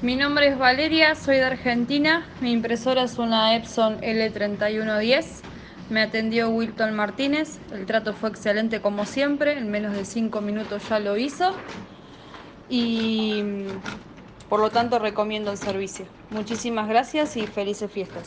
Mi nombre es Valeria, soy de Argentina. Mi impresora es una Epson L3110. Me atendió Wilton Martínez. El trato fue excelente como siempre. En menos de 5 minutos ya lo hizo. Y por lo tanto recomiendo el servicio. Muchísimas gracias y felices fiestas.